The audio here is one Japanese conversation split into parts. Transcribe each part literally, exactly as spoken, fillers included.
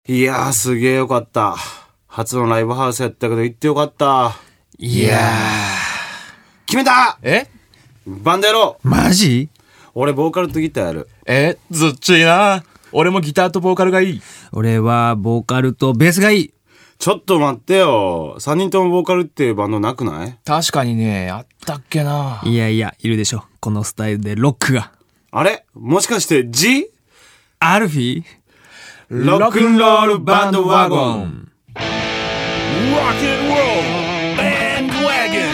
いやーすげーよかった。初のライブハウスやったけど行ってよかった。 いやー決めた。 えバンドやろう。 マジ？ 俺ボーカルとギターやる。 えずっちいな。俺もギターとボーカルがいい。 俺はボーカルとベースがいい。 ちょっと待ってよ。さんにんともボーカルっていうバンドなくない？ 確かにね、あったっけな。 いやいやいるでしょ、このスタイルでロックが。 あれもしかして G？ アルフィーロックンロールバンドワゴン。 Rock and Roll Bandwagon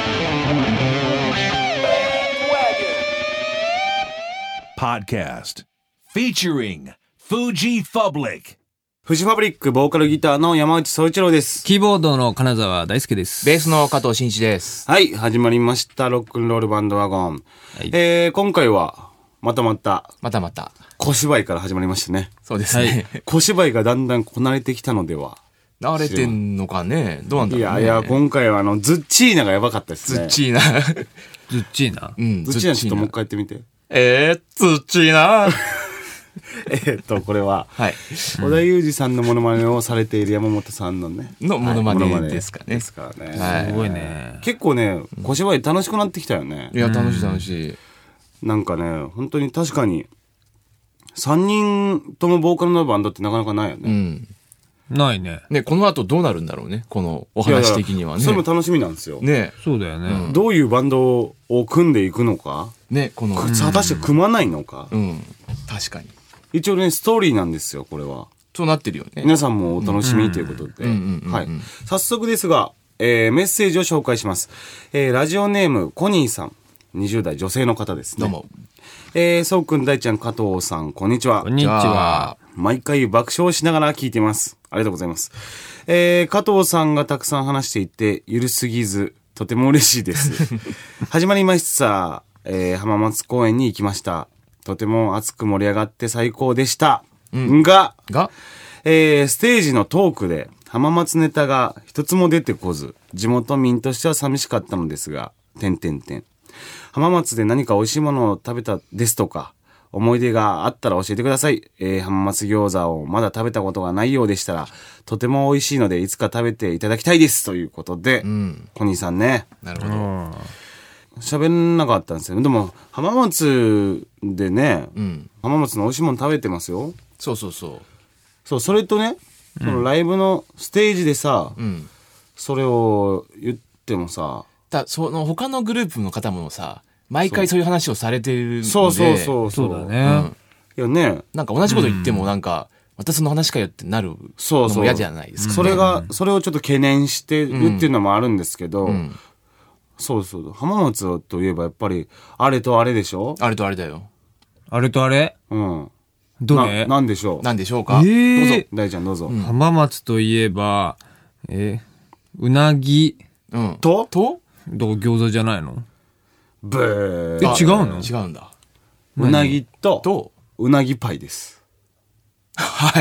Podcast featuring Fuji Public。 フジファブリックボーカルギターの山内総一郎です。 キーボードの金沢大輔です。 ベースの加藤真一です。 はい、始まりましたロックンロールバンドワゴン、はい。えー、今回はまたまたまたまた小芝居から始まりましたね。 そうですね、 はい、小芝居がだんだんこなれてきたのでは。 慣れてんのかね。どうなんだろうね。 いやいや、今回はあのズッチーナがやばかったですね。 ズッチーナズッチーナ、 うん、 ズッチーナちょっともう一回やってみて。 えー、ズッチーナえっとこれは、 はい、 織田裕二さんのモノマネをされている山本さんのねのモノマネですかね。 ですからね、 はい、 すごいね。 結構ね小芝居楽しくなってきたよね。 いや楽しい楽しい。 なんかね本当に確かにさんにんともボーカルのバンドってなかなかないよね。 うん、 ないね。 ね、この後どうなるんだろうね、このお話的にはね。 いやいやそれも楽しみなんですよ。 ね、そうだよね、 うん。どういうバンドを組んでいくのか。 ね、この果たして組まないのか。 うん、うん、確かに。 一応ねストーリーなんですよこれは。 そうなってるよね。 皆さんもお楽しみということで、はい。早速ですが、えー、メッセージを紹介します。えー、ラジオネームコニーさん、にじゅう代女性の方ですね。 どうも。 えー、そうくん、大ちゃん、加藤さん、こんにちは。 こんにちは。 毎回爆笑しながら聞いてます。ありがとうございます。えー、加藤さんがたくさん話していて、ゆるすぎず、とても嬉しいです。始まりました。えー、浜松公園に行きました。とても熱く盛り上がって最高でした。うん、が、 が、 えー、ステージのトークで浜松ネタが一つも出てこず、地元民としては寂しかったのですが、点点点。浜松で何か美味しいものを食べたですとか、思い出があったら教えてください。えー、浜松餃子をまだ食べたことがないようでしたら、とても美味しいのでいつか食べていただきたいです。ということで、うん、コニーさんね。 なるほど。 喋んなかったんですよ。でも、浜松でね、うん、浜松の美味しいもの食べてますよ。 そうそうそう。 そう、それとね、そのライブのステージでさ、うん、それを言ってもさ、 だその他のグループの方もさ、毎回そういう話をされてるので、 そうそうそうそうだね、 うん、いやね、 なんか同じこと言ってもなんか、うん、またその話かよってなるのも嫌じゃないですか、ね。 それがそれをちょっと懸念してるっていうのもあるんですけど、うんうん、そうそう浜松といえばやっぱりあれとあれでしょ。 あれとあれだよ。 あれとあれ。 うん。 どれ？ な、なんでしょう。 なんでしょうか。 えー、 どうぞ大ちゃんどうぞ。うん、 浜松といえばえー、うなぎ、 うん、 ととどう餃子じゃないの？ ブー。 え違うの？ 違うんだ。 うなぎととうなぎパイです。 はい。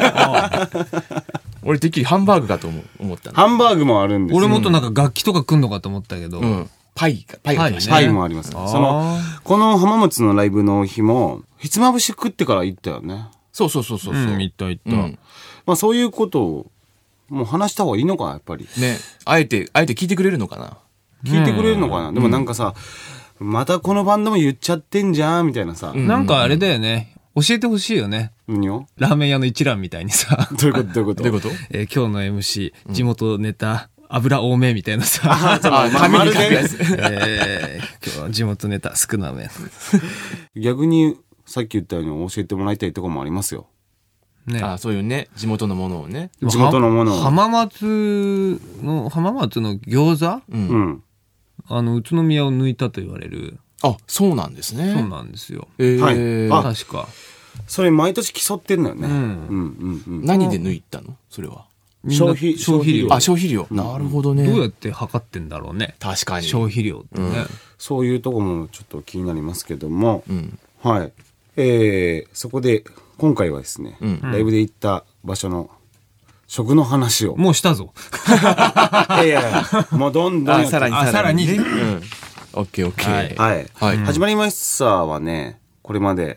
俺てっきりハンバーグかと思思った。 ハンバーグもあるんですよ。 俺もっとなんか楽器とか来んのかと思ったけど。 うん、パイパイが来ましたね。パイもあります。そのこの浜松のライブの日もひつまぶし食ってから行ったよね。 そうそうそうそう。 うん、行った行った。うん、 まあそういうことをもう話した方がいいのかなやっぱり。 ね、あえてあえて聞いてくれるのかな。 聞いてくれるのかな、うん、でもなんかさ、またこのバンドも言っちゃってんじゃんみたいなさ、 うん、なんかあれだよね、教えてほしいよね。 何を？ ラーメン屋の一覧みたいにさ。 どういうことどういうことどういうこと？ えー、今日の エムシー、地元ネタ、うん、油多めみたいなさ。 ああ、紙に書くやつ。 えー、今日は地元ネタ少なめ。 逆にさっき言ったように教えてもらいたいところもありますよ。 ね、ああそういうね地元のものをね。 地元のものを。 浜松の浜松の餃子？ うん。うんあの宇都宮を抜いたと言われる。 あ、そうなんですね。 そうなんですよ。 えー、 はい。 確か。 それ毎年競ってんだよね。 うん。 うんうんうん。 何で抜いたの？それは。 消費消費量。 あ、消費量。なるほどね。 どうやって測ってんだろうね。 確かに。 消費量ってね。うん、 そういうとこもちょっと気になりますけども、 うん、 はい。えー、そこで今回はですね、うん、ライブで行った場所の食の話をもうしたぞ。 いやいやもうどんどんさらにさらに、 うん、オッケーオッケー。 はい、はいはい、始まりましたはね、これまで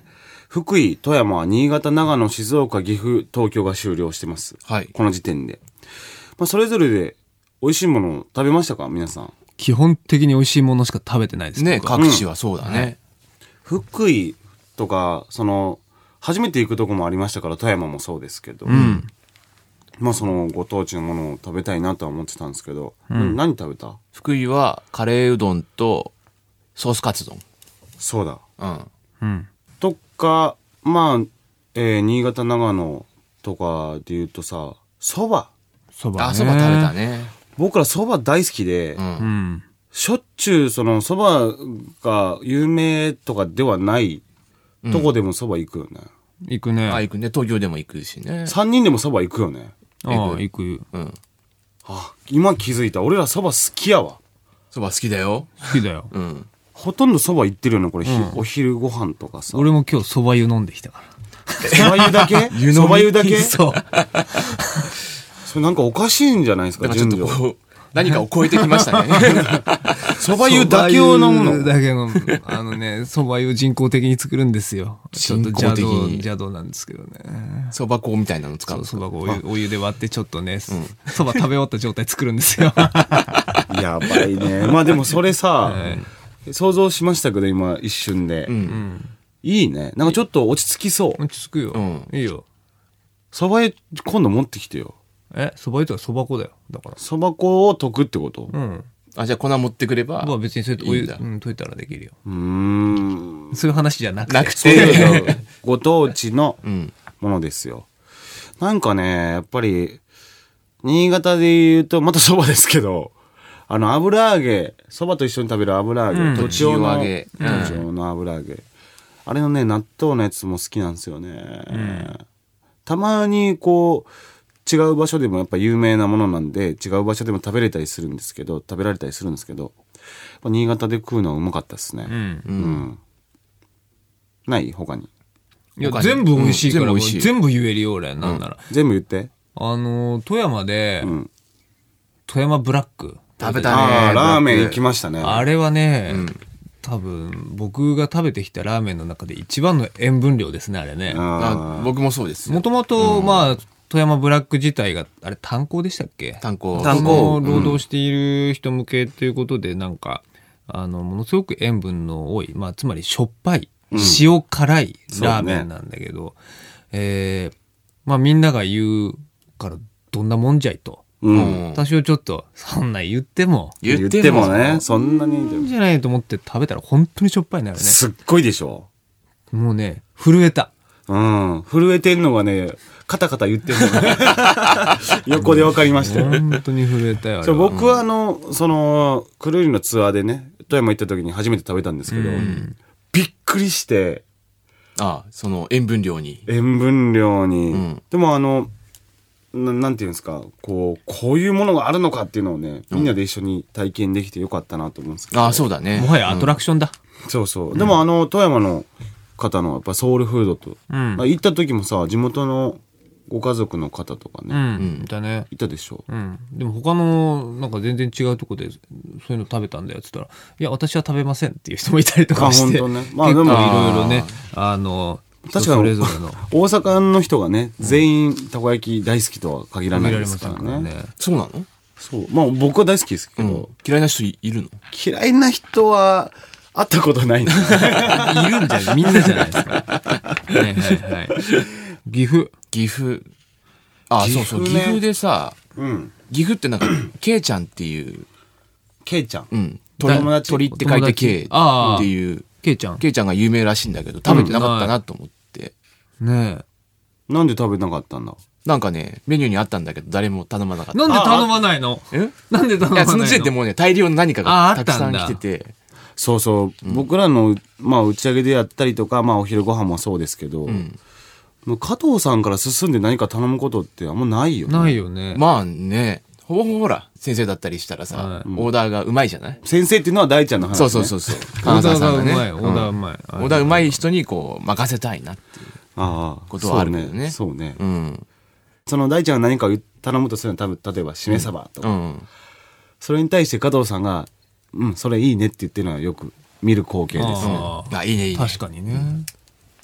福井、富山、新潟、長野、静岡、岐阜、東京が終了してます。 はい。 この時点で。まあ、それぞれで美味しいものを食べましたか皆さん。 基本的に美味しいものしか食べてないですね、 僕は各地はそうだね。 福井とか、その、初めて行くとこもありましたから、富山もそうですけど、 うん。 まあそのご当地のものを食べたいなとは思ってたんですけど、何食べた？ 福井はカレーうどんとソースカツ丼。 そうだ。 うん。 うん。 とか、まあ、えー新潟、長野とかで言うとさ、蕎麦。 そばね。 あ、そば食べたね。 僕ら蕎麦大好きで、 うん。 うん。 しょっちゅうその蕎麦が有名とかではないとこでも蕎麦行くよね。 行くね。 あ、行くね。東京でも行くしね。 さんにんでも蕎麦行くよね。 ああ、行く。 うん。 あ、今気づいた。俺ら蕎麦好きやわ。 そば好きだよ。 好きだよ。 うん。 ほとんど蕎麦行ってるよね、これ、ひお昼ご飯とかさ。 俺も今日蕎麦湯飲んできたから。 蕎麦湯だけ蕎麦湯だけそう。 それなんかおかしいんじゃないですか、 なんかちょっと順序。 こう、何かを超えてきましたね。 蕎麦湯だけを飲む蕎麦湯の。 だけ飲む。あのね、蕎麦湯人工的に作るんですよ。ちょっと邪道、 人工的に邪道なんですけどね。 そば粉みたいなの使うんそう、 ですか？ 蕎麦粉お湯、お湯で割ってちょっとね、蕎麦食べ終わった状態作るんですよ。 やばいね。まあでもそれさ、想像しましたけど、今一瞬で。 うん。 いいね。なんかちょっと落ち着きそう。 落ち着くよ。 うんいいよ。 蕎麦湯今度持ってきてよ。 え、蕎麦湯とか蕎麦粉だよ。だから。 蕎麦粉を溶くってことうん。 あ、じゃあ粉持ってくれば。 まあ別にそれとお湯、 いいんだうん、溶いたらできるよ。 うーん。 そういう話じゃなくて。 なくそういうて。 のご当地のうん。 ものですよ。なんかね、やっぱり、新潟で言うと、また蕎麦ですけど、あの、油揚げ、蕎麦と一緒に食べる油揚げ、 うんとちおの、 とちお揚げうんとちおの油揚げ。あれのね、納豆のやつも好きなんですよね。たまにこう、違う場所でもやっぱ有名なものなんで、違う場所でも食べれたりするんですけど、食べられたりするんですけど、やっぱ新潟で食うのはうまかったですね。 うん。 うん。ない他に。 いや、 他に全部美味しいから、 うん全部美味しい全部言えるよ、俺。なんなら。 全部言って。 あの、富山で、 うん。 富山ブラック。 食べたね。 ああ、ラーメン行きまましたね。 あれはね、多分、僕が食べてきたラーメンの中で一番の塩分量ですね、あれね。 ああ僕もそうですよ。 もともと、まあ、富山ブラック自体が、あれ炭鉱でしたっけ炭鉱。 炭鉱その労働している人向けということで、なんか、あの、ものすごく塩分の多い、まあ、つまりしょっぱい、塩辛いラーメンなんだけど、えーまあみんなが言うからどんなもんじゃいと。 うん。 うん私はちょっと、そんな言っても、 言ってもね、そんなに。 いいんじゃないと思って食べたら本当にしょっぱいなるね。 すっごいでしょ。 もうね、震えた。 うん。震えてんのがね、カタカタ言ってるのがね。横でわかりましたよ。 本当に震えたよ。あれそうは僕はあの、その、クルーリのツアーでね、富山行った時に初めて食べたんですけど、びっくりして、 あその塩分量に。 塩分量に。 んでもあの、ななんていうんですか、こう、こういうものがあるのかっていうのをね、みんなで一緒に体験できてよかったなと思うんですけど。 あそうだね。 もはやアトラクションだ。 そうそう。でもあの、富山の方のやっぱソウルフードと、 うんまあ行った時もさ、地元のご家族の方とかうね、 ん。だね。 いたでしょ。 うん。でも他の、なんか全然違うとこで、そういうの食べたんだよって言ったら、いや、私は食べませんっていう人もいたりとかして。 あ本当ねまあ結構いでもろいろね、あの、 確かに人それぞれの。 大阪の人がね、全員たこ焼き大好きとは限らないですから見られませんね。 からね。 そうなの？ そう。まあ僕は大好きですけど、 うん。嫌いな人いいるの？ 嫌いな人は会ったことないんだ。 いるんじゃないみんなじゃないですか。はいはいはい。岐阜。 岐阜。あそうそう。 岐阜ね岐阜でさ、 うん。 岐阜ってなんか、ケイちゃんっていう、 ケイちゃん。 うん。 友鳥達鳥って書いてケイああっていう、 ケイちゃん。 ケイちゃんが有名らしいんだけど、食べてなかったなと思って。 ねなんで食べなかったんだなんかね、メニューにあったんだけど、誰も頼まなかっえ。 た。 なんで頼まないのえなんで頼まないのいや、その時点でもうね、大量の何かああがたくさん来てて、 そうそう。僕らの、まあ打ち上げでやったりとか、まあお昼ご飯もそうですけど、 んもう加藤さんから進んで何か頼むことってあんまないよね。 ないよね。 まあね、ほぼほぼほら、先生だったりしたらさ、 はいオーダーがうまいじゃない？ 先生っていうのは大ちゃんの話、ね。 そうそうそうそう。 オー金ダ沢さんがね。 ーがうまい。オーダーうまい。 オーダーうまい人にこう、任せたいなっていう。 ああ。 ことはあるけどねそうね。そうねうん。 その大ちゃんが何かを頼むとするのは多分、例えば、しめ鯖とか、 うん。 それに対して加藤さんが、うん、それいいねって言ってるのはよく見る光景ですね。 ああ、いいね、いいね。 確かにね。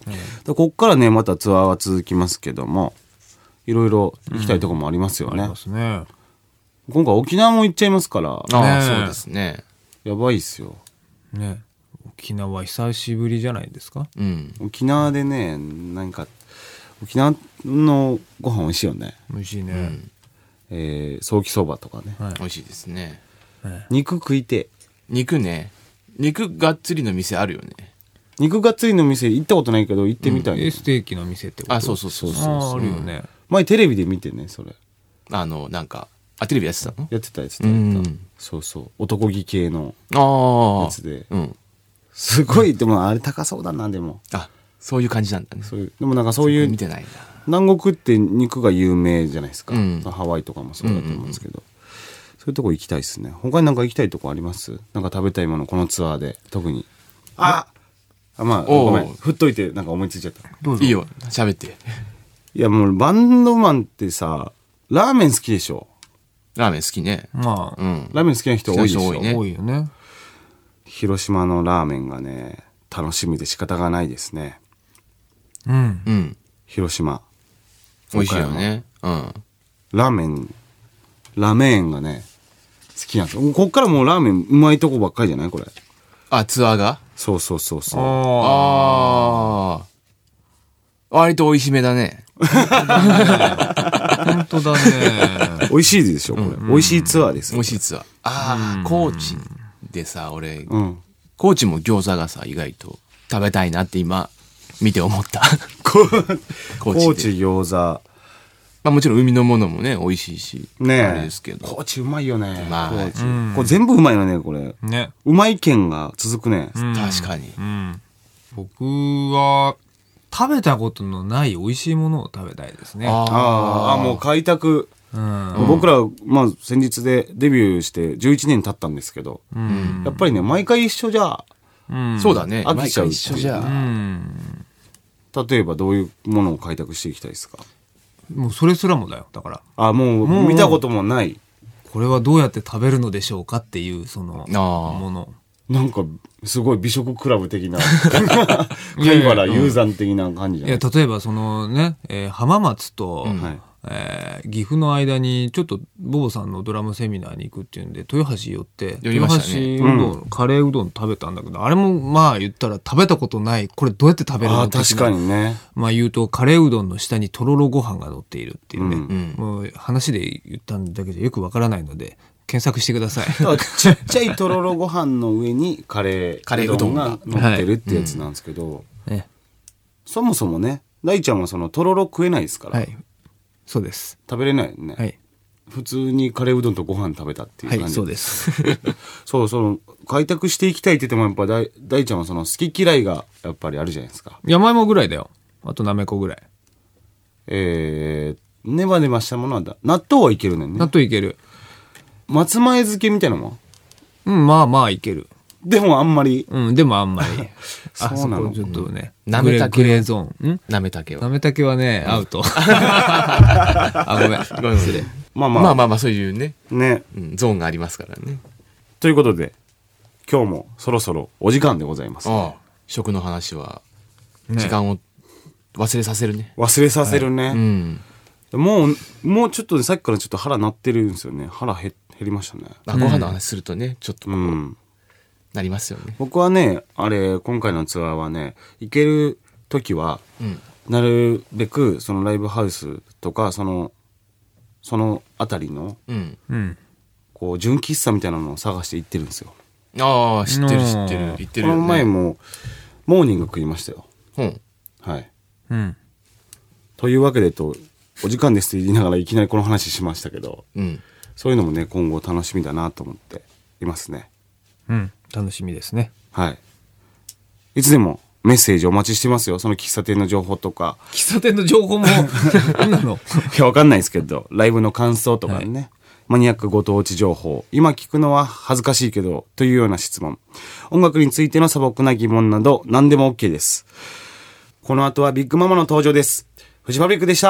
でこっからね、またツアーは続きますけども、いろいろ行きたいとこもありますよね。 ありますね。 今回沖縄も行っちゃいますから、 ああ、 ねそうですね。 やばいっすよ。 ね。沖縄久しぶりじゃないですか。 うん。 沖縄でね、なんか、沖縄のご飯美味しいよね。 美味しいね。 うん。 えー、ソーキそばとかね。 はい。 美味しいですね。 肉食いて。 肉ね。肉がっつりの店あるよね。 肉がっつりの店行ったことないけど行ってみたい、ねえ、ステーキの店ってこと？ あ、そうそうそうそう。 あーあるよね。 前テレビで見てね、それ。 あの、なんか、あ、テレビやってたの？ やってたやつだうった。 ん。 そうそう。男気系のああ。 やつで。 うん。 すごい、でもあれ高そうだな、でも。 あ、そういう感じなんだね。 そういう、でもなんかそういう見てないんだ。 南国って肉が有名じゃないですか、 うんハワイとかもそうだと思うんですけど、そういうとこ行きたいですね。他になんか行きたいとこあります？なんか食べたいもの、このツアーで特に。ああまあおうごめん、振っといてなんか思いついちゃった。 いいよ、喋って。 いやもうバンドマンってさ、ラーメン好きでしょ。 ラーメン好きね。 まあ、 うん。 ラーメン好きな人多いでしょ。 多いね多いよね。 広島のラーメンがね、楽しみで仕方がないですね。 うん。 うん。 広島美味しいよね。うん。 ラーメンラーメンがね好きなんですよ。こっからもうラーメンうまいとこばっかりじゃないこれ。 あ、ツアーがそうそうそうそう。 あああ。割と美味しめだね。 あ、本当だね。 美味しいでしょこれ、美味しいツアーですよ。 美味しいツアー。ああ、高知でさ、俺、 うん。 高知も餃子がさ、意外と食べたいなって今、見て思った。 こ高知で高知餃子まあもちろん海のものもね、美味しいし。 ねえ。 あれですけど。 高知うまいよね。 まあ高知、 うんこれ全部うまいよねこれ。 ね。 うまい県が続くね。 うん確かに。 うん。僕は、食べたことのない美味しいものを食べたいですね。 あーあ、もう開拓。 うん。 僕ら、まあ先日でデビューしてじゅういちねん経ったんですけど、 うん。 やっぱりね、毎回一緒じゃ、 うん。 そうだね。 飽きちゃう毎回一緒じゃ。 うん。 例えばどういうものを開拓していきたいですか？ もうそれすらもだよ。だから、 あ、もうもう見たこともない。 これはどうやって食べるのでしょうかっていう、その、 あーもの。 なんか、すごい美食クラブ的な、 いやいや貝原雄山的な感じじゃいや、 ないですか。 例えばそのね、えー浜松と、 うんはい。 えー岐阜の間にちょっとボボさんのドラムセミナーに行くっていうんで豊橋寄って寄りましたね豊橋うどん、カレーうどん食べたんだけどあれもまあ言ったら食べたことないこれどうやって食べるのああ、確かにね。 まあ言うとカレーうどんの下にとろろご飯が乗っているっていうね、 うんうん。 もう話で言ったんだけどよくわからないので検索してくださいだからちっちゃいとろろご飯の上にカレー、 カレーうどんがが乗ってるってやつなんですけど、 ねそもそもね、大ちゃんはそのとろろ食えないですから、 はいそうです食べれないよね、 はい普通にカレーうどんとご飯食べたっていう感じ、 はいそうですそうそう開拓していきたいって言ってもやっぱ大大ちゃんはその好き嫌いがやっぱりあるじゃないですか。 山芋ぐらいだよあとなめこぐらいえー、ネバネバしたものはだ納豆はいけるねんね。 納豆いける松前漬けみたいなのもうんまあまあいけるでもあんまりうんでもあんまりあそうなのこちょっとね、 うんグレなめたけグレーゾーンんなめたけは。 なめたけはね、アウト。あ、ごめん。 ごめん失礼。 まあまあ、 まあまあまあ、そういうね、 ね。 うん、ゾーンがありますからね。 ということで今日もそろそろお時間でございます。 ああ、食の話は、時間を忘れさせるね。 忘れさせるね、 うん。 もうもうちょっとねさっきからちょっと腹鳴ってるんですよね。腹減減りましたね。 まあ、ご飯の話するとね、ちょっとこう、 うんなりますよね。 僕はねあれ今回のツアーはね行ける時はうん。 なるべくそのライブハウスとかそのそのあたりのうん。 うん。 こう純喫茶みたいなのを探して行ってるんですよ。 ああ、知ってるうん知ってる。言ってこのるよね。 前もモーニング食いましたよ。 うん。 はい。 うん。 というわけでとお時間ですって言いながらいきなりこの話しましたけど、 うん。 そういうのもね今後楽しみだなと思っていますね。 うん。楽しみですね。 はい。いつでもメッセージお待ちしてますよ。その喫茶店の情報とか。 喫茶店の情報も、何なのいや、わかんないですけど、ライブの感想とかね、マニアックご当地情報、今聞くのは恥ずかしいけど、というような質問、音楽についての素朴な疑問など、何でも OK です。この後はビッグママの登場です。フジファブリックでした。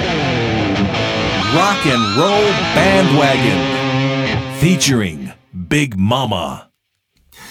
Rock and Roll Bandwagon featuring Big Mama.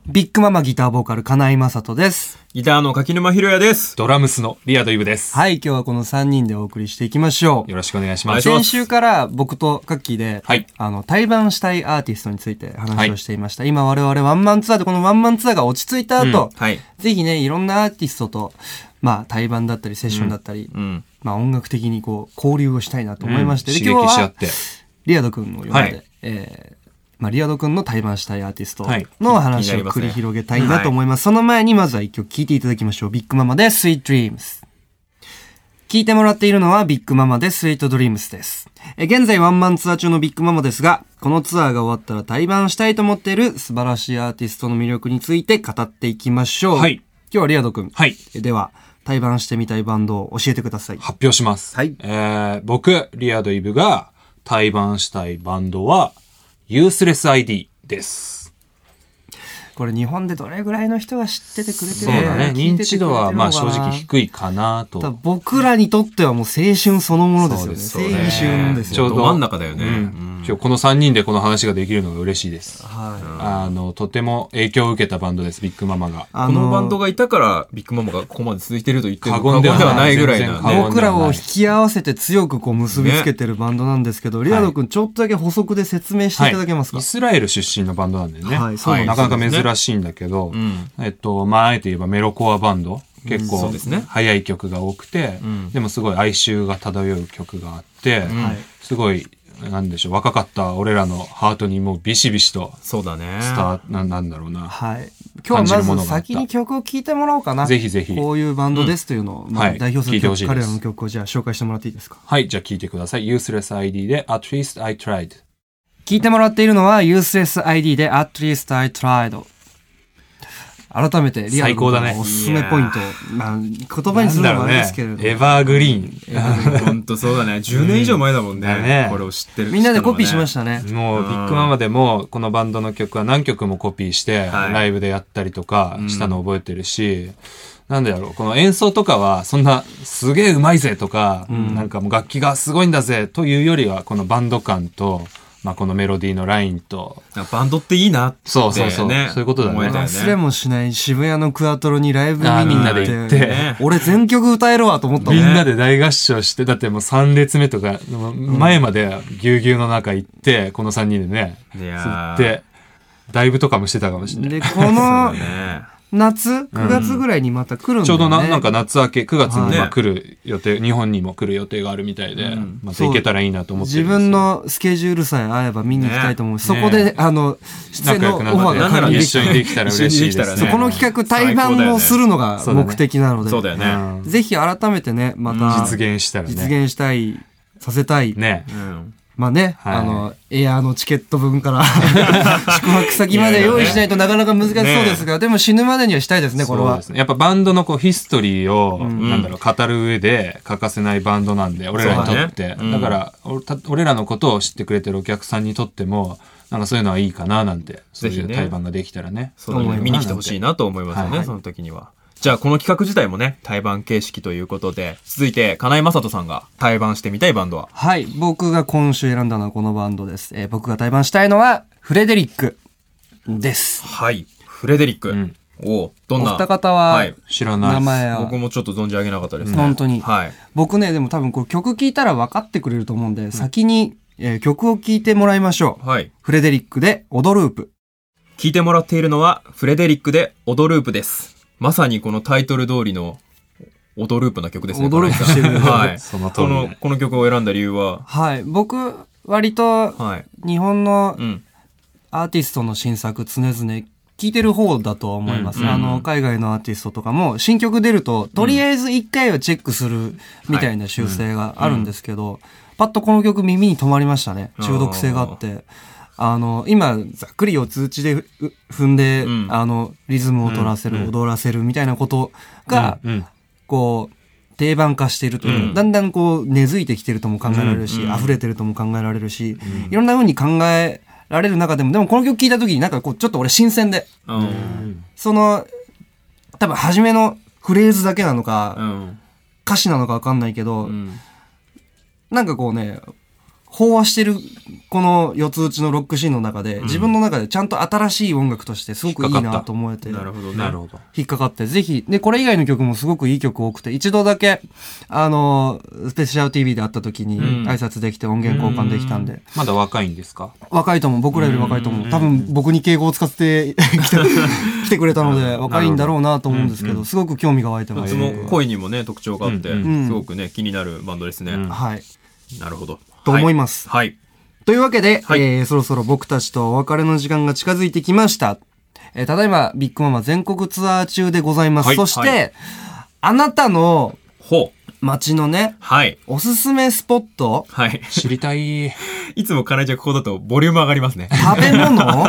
ビッグママギターボーカル金井雅人です。 ギターの柿沼博也です。 ドラムスのリアドイブです。 はい、今日はこのさんにんでお送りしていきましょう。 よろしくお願いします。 先週から僕とカッキーで、 はい、 あの対バンしたいアーティストについて話をしていました。はい、今我々ワンマンツアーでこのワンマンツアーが落ち着いた後、うんはい、ぜひねいろんなアーティストとまあ対バンだったりセッションだったり、うんうん、まあ音楽的にこう交流をしたいなと思いまして、うん、で今日はリアドくんを呼んで、はい、えーまあ、リアドくんの対バンしたいアーティストの話を繰り広げたいなと思います。その前にまずは一曲聴いていただきましょう。ビッグママで Sweet Dreams。聴いてもらっているのはビッグママで Sweet Dreams です。え現在ワンマンツアー中のビッグママですが、このツアーが終わったら対バンしたいと思っている素晴らしいアーティストの魅力について語っていきましょう。はい、今日はリアドくん。はい、では対バンしてみたいバンドを教えてください。 発表します。はい、えー、僕リアドイブが対バンしたいバンドはユースレス アイディー です。 これ日本でどれぐらいの人が知っててくれてるのか、そうだね、認知度はまあ正直低いかなと。 僕らにとってはもう青春そのものですよね。青春ですよ。 ちょうど真ん中だよね、うんうん、 今日このさんにんでこの話ができるのが嬉しいです、はい、あのとても影響を受けたバンドです。ビッグママがこのバンドがいたからビッグママがここまで続いてると言っても過言ではないぐらいな、 ね、僕らを引き合わせて強くこう結びつけてるバンドなんですけど、ね、リアド君ちょっとだけ補足で説明していただけますか。 はい、イスラエル出身のバンドなんでね、はい、そうなかなか珍しいんだけど、うん、えっと、まあ、あえて言えばメロコアバンド。結構、速い曲が多くて、うん、でもすごい哀愁が漂う曲があって、うん、すごい、なんでしょう、若かった俺らのハートにもうビシビシと、 そうだね。 スター、な、なんだろうな。 はい。今日はまず先に曲を聴いてもらおうかな。 ぜひぜひ。 こういうバンドですというのを、うん、まあ、代表する曲、はい、彼らの曲をじゃあ紹介してもらっていいですか。 はい、じゃあ聴いてください。Useless アイディー で At least I tried。 聴いてもらっているのは Useless アイディー で At least I tried。改めてリアルのおすすめポイント、まあ、言葉にするのはあれですけれど、 ね、エバーグリーン。本当そうだね。じゅうねん以上前だもんね。うん、ねこれを知ってる。 みんなでコピーしましたね。 もうビッグママでもこのバンドの曲は何曲もコピーして、はい、ライブでやったりとかしたのを覚えてるし、うん、なんだろう、この演奏とかはそんなすげえうまいぜとか、うん、なんかもう楽器がすごいんだぜというよりはこのバンド感と、まあ、このメロディーのラインとバンドっていいなって、ね、 そうそうそうそういうことだね。 忘れもしない渋谷のクアトロにライブ見に行って、行ってね、俺全曲歌えるわと思ったもん、ね、みんなで大合唱して、だってもうさん列目とか前までぎゅうぎゅうの中行って、このさんにんでね吸ってライブとかもしてたかもしれない。 でこの夏くがつぐらいにまた来るんだよね、うん、 ちょうど な, なんか夏明けくがつにまあ来る予定、はい、日本にも来る予定があるみたいで、うん、また行けたらいいなと思ってるんですよ。 自分のスケジュールさえ合えば見に行きたいと思う、ね、そこで、ね、あの出演のオファーが仮に一緒にできたら嬉しいですね。 この企画対バンをするのが目的なので、 そうだよね、 うん、ぜひ改めてねまた実現したらね実現したいさせたいね、うんまあね、はい、あの、エアーのチケット分から宿泊先まで用意しないとなかなか難しそうですが、ね、でも死ぬまでにはしたいですね、これは。そうですね。 やっぱバンドのこうヒストリーを、うん、なんだろう、語る上で欠かせないバンドなんで、俺らにとって。だ,、ねうん、だから俺らのことを知ってくれてるお客さんにとっても、なんかそういうのはいいかななんて、そういう対バンができたらね。 そうね、見に来てほしいなと思いますよね、はい、その時には。じゃあこの企画自体もね対バン形式ということで、続いて金井雅人さんが対バンしてみたいバンドは。 はい、僕が今週選んだのはこのバンドです。えー、僕が対バンしたいのはフレデリックです。 はい、フレデリック、うん、おどんなお二方は、はい、 知らない。 名前は僕もちょっと存じ上げなかったですね、 うん、本当に、はい、僕ねでも多分これ曲聴いたら分かってくれると思うんで、うん、先に、えー、曲を聴いてもらいましょう、はい、フレデリックでオドループ。 聴いてもらっているのはフレデリックでオドループです。まさにこのタイトル通りのオドループな曲ですね。 オドループしてる。 はい。その通り、ね、この、この曲を選んだ理由は、 はい。僕、割と、日本のアーティストの新作常々聴いてる方だと思います。うん、あの、海外のアーティストとかも、新曲出ると、とりあえず一回はチェックするみたいな習性があるんですけど、パッとこの曲耳に止まりましたね。中毒性があって。あの、今、ざっくり四つ打ちで踏んで、うん、あの、リズムを取らせる、うん、踊らせるみたいなことが、うん、こう、定番化しているという、うん、だんだんこう、根付いてきてるとも考えられるし、うん、溢れてるとも考えられるし、うん、いろんな風に考えられる中でも、でもこの曲聴いた時になんかこう、ちょっと俺新鮮で、うん、その、多分初めのフレーズだけなのか、うん、歌詞なのかわかんないけど、うん、なんかこうね、 飽和してるこの四つ打ちのロックシーンの中で、自分の中でちゃんと新しい音楽としてすごくいいなと思えて、 なるほどね。 なるほど。 引っかかって、ぜひ、で、これ以外の曲もすごくいい曲多くて、一度だけ、あの、スペシャル ティーブイ で会った時に挨拶できて音源交換できたんで。 まだ若いんですか？ 若いと思う。僕らより若いと思う。多分僕に敬語を使って来て来てくれたので、若いんだろうなと思うんですけど、すごく興味が湧いてます。 その声にもね、特徴があって、すごくね、気になるバンドですね。 はい。 なるほど。 と思います。 はい。 というわけで、 はい、 えー、そろそろ僕たちとお別れの時間が近づいてきました。えー、ただいまビッグママ全国ツアー中でございます。はい、そして、はい、あなたの街のね、はい、おすすめスポット、 はい、 知りたい。 いつもカナちゃんここだとボリューム上がりますね。 食べ物はい。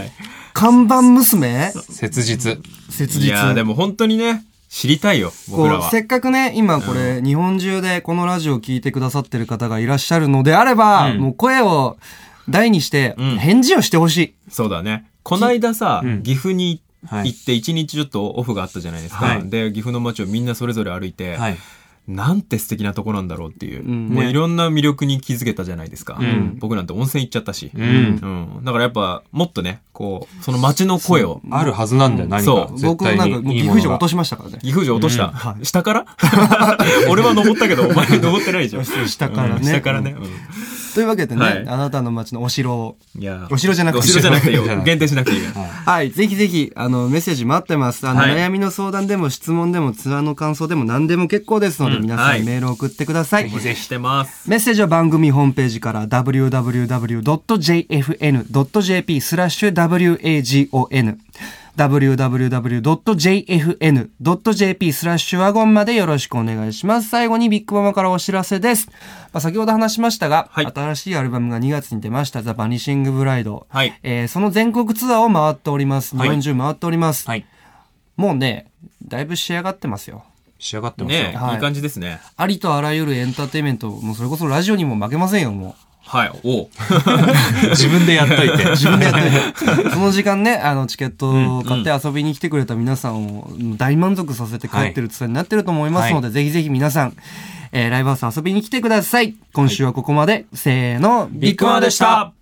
看板娘切実。 切実。 いやでも本当にね、知りたいよ、僕らは。 せっかくね、今これ、うん、日本中でこのラジオを聞いてくださってる方がいらっしゃるのであれば、うん、もう声を大にして、返事をしてほしい、 うん。そうだね。こないださ、うん、岐阜に行って一日ちょっとオフがあったじゃないですか。はい、で、岐阜の街をみんなそれぞれ歩いて、はい、なんて素敵なとこなんだろうっていう、うんね、もういろんな魅力に気づけたじゃないですか。うん、僕なんて温泉行っちゃったし。うんうん、だからやっぱ、もっとね、こう、その街の声を。 あるはずなんだよ、何か。そう。 僕なんか、岐阜城落としましたからね。 岐阜城落とした。うんはい、下から俺は登ったけど、お前登ってないじゃん。 下からね。 下からね。 うんというわけでね、はい、あなたの街のお城を。 いやお城じゃなくて。 お城じゃなくていいよ。限定しなくていいよ。 はい。ぜひぜひ、あの、メッセージ待ってます。あの、はい、悩みの相談でも質問でもツアーの感想でも何でも結構ですので、うん、皆さん、はい、メールを送ってください。 ぜひぜひしてます。 メッセージは番組ホームページから ダブリューダブリューダブリュードットジェイエフエヌドットジェーピー スラッシュ ダブリューエージーオーエヌダブリューダブリューダブリュードットジェイエフエヌドットジェーピー スラッシュワゴンまでよろしくお願いします。最後にビッグママからお知らせです。まあ、先ほど話しましたが、はい、新しいアルバムがにがつに出ましたザ・バニシング・ブライド、はいえー、その全国ツアーを回っております。日本中回っております、はい、もうねだいぶ仕上がってますよ。 仕上がってますよ、 ねはい、いい感じですね。 ありとあらゆるエンターテインメントもうそれこそラジオにも負けませんよ。もうはい、お自分でやっといて。 自分でやっといて。その時間ね、あの、チケットを買って遊びに来てくれた皆さんを大満足させて帰ってるツアーになってると思いますので、はい、ぜひぜひ皆さん、えー、ライブハウス遊びに来てください。今週はここまで。せーの、 ビッグマンでした。